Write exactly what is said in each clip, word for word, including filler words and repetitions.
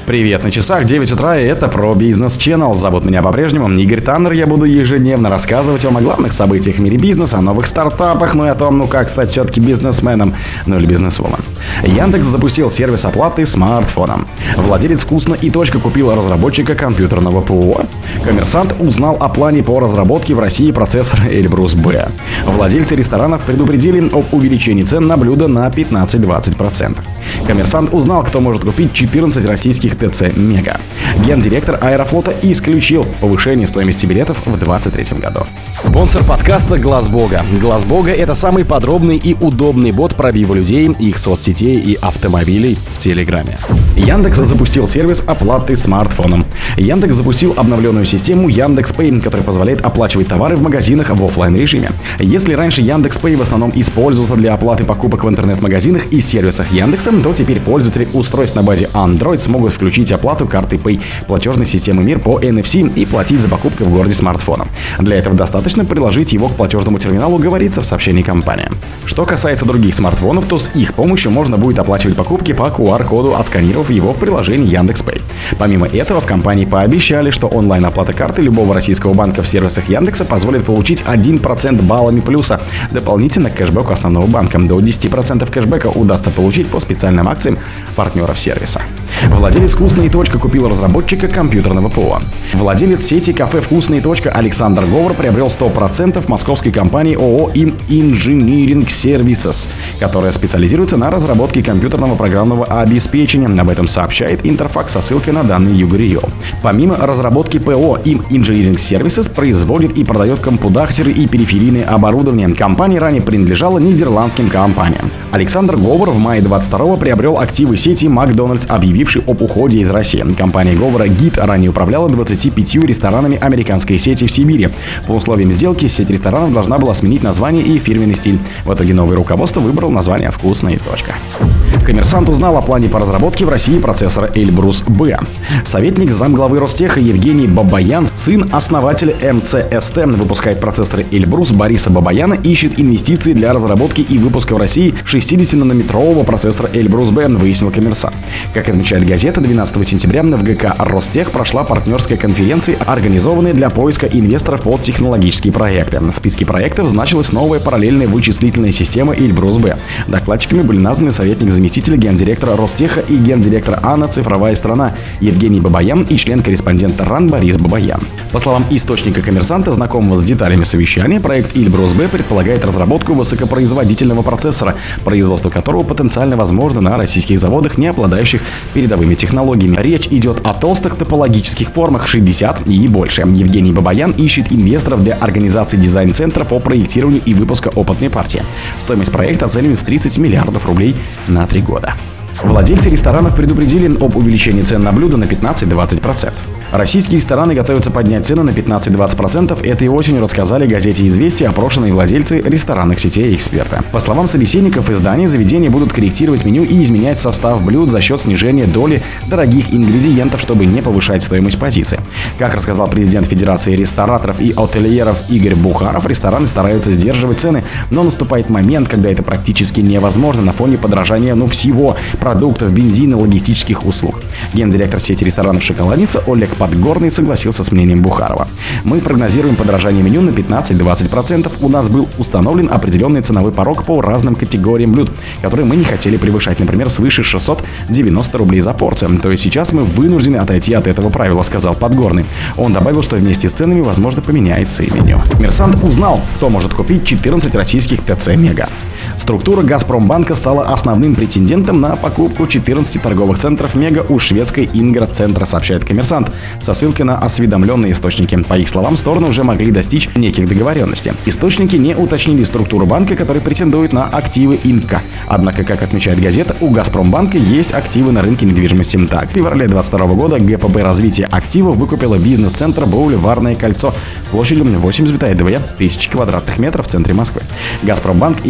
Привет, на часах девять утра, и это про Бизнес Channel. Зовут меня по-прежнему Игорь Таннер. Я буду ежедневно рассказывать вам о главных событиях в мире бизнеса, о новых стартапах, ну и о том, ну как стать все-таки бизнесменом, ну или бизнесвумен. Яндекс запустил сервис оплаты смартфоном. Владелец «Вкусно и точка» купил разработчика компьютерного ПО. Коммерсант узнал о плане по разработке в России процессора Эльбрус Б. Владельцы ресторанов предупредили об увеличении цен на блюда на пятнадцать-двадцать процентов. Коммерсант узнал, кто может купить четырнадцать российских ТЦ Мега. Гендиректор Аэрофлота исключил повышение стоимости билетов в двадцать третьем году. Спонсор подкаста Глаз Бога. Глаз Бога — это самый подробный и удобный бот пробива людей, их соцсетей и автомобилей в Телеграме. Яндекс запустил сервис оплаты смартфоном. Яндекс запустил обновленную систему Яндекс.Пэй, которая позволяет оплачивать товары в магазинах в офлайн режиме. Если раньше Яндекс.Пэй в основном использовался для оплаты покупок в интернет-магазинах и сервисах Яндекса, то теперь пользователи устройств на базе Android смогут включить оплату картой Pay платежной системы МИР по эн эф си и платить за покупку в городе смартфоном. Для этого достаточно приложить его к платежному терминалу, говорится в сообщении компании. Что касается других смартфонов, то с их помощью можно будет оплачивать покупки по ку ар-коду, отсканировав его в приложении Яндекс.Пэй. Помимо этого, в компании пообещали, что онлайн-оплата карты любого российского банка в сервисах Яндекса позволит получить один процент баллами плюса, дополнительно к кэшбэку основного банка. До десяти процентов кэшбэка удастся получить по специальным акциям партнеров сервиса. Владелец «Вкусно и точка» купил разработчика компьютерного ПО. Владелец сети кафе «Вкусно и точка» Александр Говор приобрел сто процентов московской компании ООО «Им Engineering Services», которая специализируется на разработке компьютерного программного обеспечения. Об этом сообщает Интерфакс со ссылкой на данные Югрио. Помимо разработки ПО, Им Engineering Services производит и продает компудахтеры и периферийное оборудование. Компания ранее принадлежала нидерландским компаниям. Александр Говор в мае двадцать второго приобрел активы сети Макдональдс, объявивший об уходе из России. Компания Говора ГИТ ранее управляла двадцатью пятью ресторанами американской сети в Сибири. По условиям сделки сеть ресторанов должна была сменить название и фирменный стиль. В итоге новое руководство выбрало название «Вкусно и точка». Коммерсант узнал о плане по разработке в России процессора Эльбрус Б. Советник замглавы Ростеха Евгений Бабаян, сын основателя эм цэ эс тэ, выпускает процессоры Эльбрус Бориса Бабаяна, ищет инвестиции для разработки и выпуска в России шестидесятинанометрового процессора Эльбрус Б, выяснил Коммерсант. Как отмечает газета, двенадцатого сентября в гэ ка Ростех прошла партнерская конференция, организованная для поиска инвесторов под технологические проекты. В списке проектов значилась новая параллельная вычислительная система Эльбрус Б. Докладчиками были названы советник заместителя гендиректора Ростеха и гендиректора АНА «Цифровая страна» Евгений Бабаян и член-корреспондента РАН Борис Бабаян. По словам источника Коммерсанта, знакомого с деталями совещания, проект Эльбрус Б предполагает разработку высокопроизводительного процессора, производство которого потенциально возможно на российских заводах, не обладающих передовыми технологиями. Речь идет о толстых топологических формах шестьдесят и больше. Евгений Бабаян ищет инвесторов для организации дизайн-центра по проектированию и выпуска опытной партии. Стоимость проекта оценивают в тридцать миллиардов рублей на три года. Владельцы ресторанов предупредили об увеличении цен на блюда на пятнадцать-двадцать процентов. Российские рестораны готовятся поднять цены на пятнадцать-двадцать процентов. Этой осенью рассказали газете «Известия» опрошенные владельцы ресторанных сетей и эксперты. По словам собеседников издания, заведения будут корректировать меню и изменять состав блюд за счет снижения доли дорогих ингредиентов, чтобы не повышать стоимость позиции. Как рассказал президент Федерации рестораторов и отельеров Игорь Бухаров, рестораны стараются сдерживать цены, но наступает момент, когда это практически невозможно на фоне подорожания ну всего – продуктов, бензина, логистических услуг. Гендиректор сети ресторанов «Шоколадница» Олег Подгорный согласился с мнением Бухарова. Мы прогнозируем подорожание меню на пятнадцать-двадцать процентов. У нас был установлен определенный ценовой порог по разным категориям блюд, которые мы не хотели превышать, например, свыше шестьсот девяносто рублей за порцию. То есть сейчас мы вынуждены отойти от этого правила, сказал Подгорный. Он добавил, что вместе с ценами, возможно, поменяется и меню. Коммерсант узнал, кто может купить четырнадцать российских ТЦ Мега. Структура Газпромбанка стала основным претендентом на покупку четырнадцати торговых центров Мега у шведской Ингра-центра, сообщает Коммерсант, со ссылкой на осведомленные источники. По их словам, стороны уже могли достичь неких договоренностей. Источники не уточнили структуру банка, который претендует на активы Инка. Однако, как отмечает газета, у Газпромбанка есть активы на рынке недвижимости. Так, в феврале двадцать второго года гэ пэ бэ «Развитие активов» выкупила бизнес-центр «Бульварное кольцо» площадью восемь целых две десятых тысячи квадратных метров в центре Москвы. Газпромбанк Инвест владеет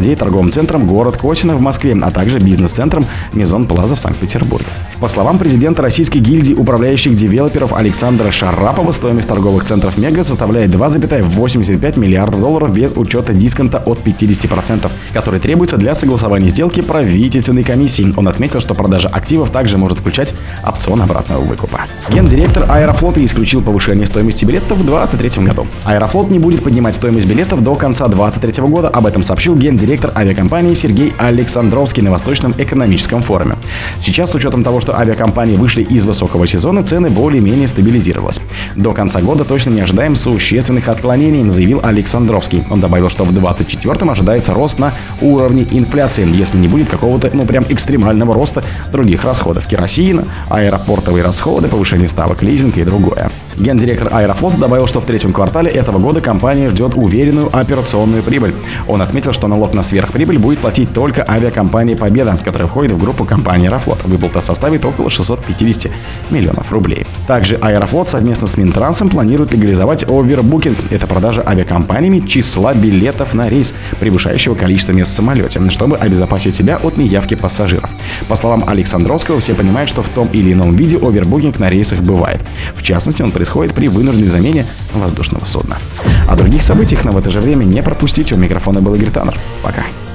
владеет торговым центром «Город Косино» в Москве, а также бизнес-центром «Мезон Плаза» в Санкт-Петербурге. По словам президента Российской гильдии управляющих девелоперов Александра Шарапова, стоимость торговых центров «Мега» составляет два целых восемьдесят пять миллиарда долларов без учета дисконта от пятьдесят процентов, который требуется для согласования сделки правительственной комиссии. Он отметил, что продажа активов также может включать опцион обратного выкупа. Гендиректор Аэрофлота исключил повышение стоимости билетов в две тысячи двадцать третьем году. Аэрофлот не будет поднимать стоимость билетов до конца две тысячи двадцать третьего года. Об этом сообщил гендиректор авиакомпании Сергей Александровский на Восточном экономическом форуме. Сейчас, с учетом того, что авиакомпании вышли из высокого сезона, цены более-менее стабилизировались. До конца года точно не ожидаем существенных отклонений, заявил Александровский. Он добавил, что в две тысячи двадцать четвёртом ожидается рост на уровне инфляции, если не будет какого-то, ну прям экстремального роста других расходов: керосина, аэропортовые расходы, повышение ставок лизинга и другое. Гендиректор Аэрофлота добавил, что в третьем квартале этого года компания ждет уверенную операционную прибыль. Он отметил, что налог на сверхприбыль будет платить только авиакомпания «Победа», которая входит в группу компании «Аэрофлот». Выплата составит около шестьсот пятьдесят миллионов рублей. Также Аэрофлот совместно с Минтрансом планирует легализовать овербукинг. Это продажа авиакомпаниями числа билетов на рейс, превышающего количество мест в самолете, чтобы обезопасить себя от неявки пассажиров. По словам Александровского, все понимают, что в том или ином виде овербукинг на рейсах бывает. В частности, он происходит при вынужденной замене воздушного судна. О других событиях, но в это же время не пропустите. У микрофона был Игорь Таннер. Пока.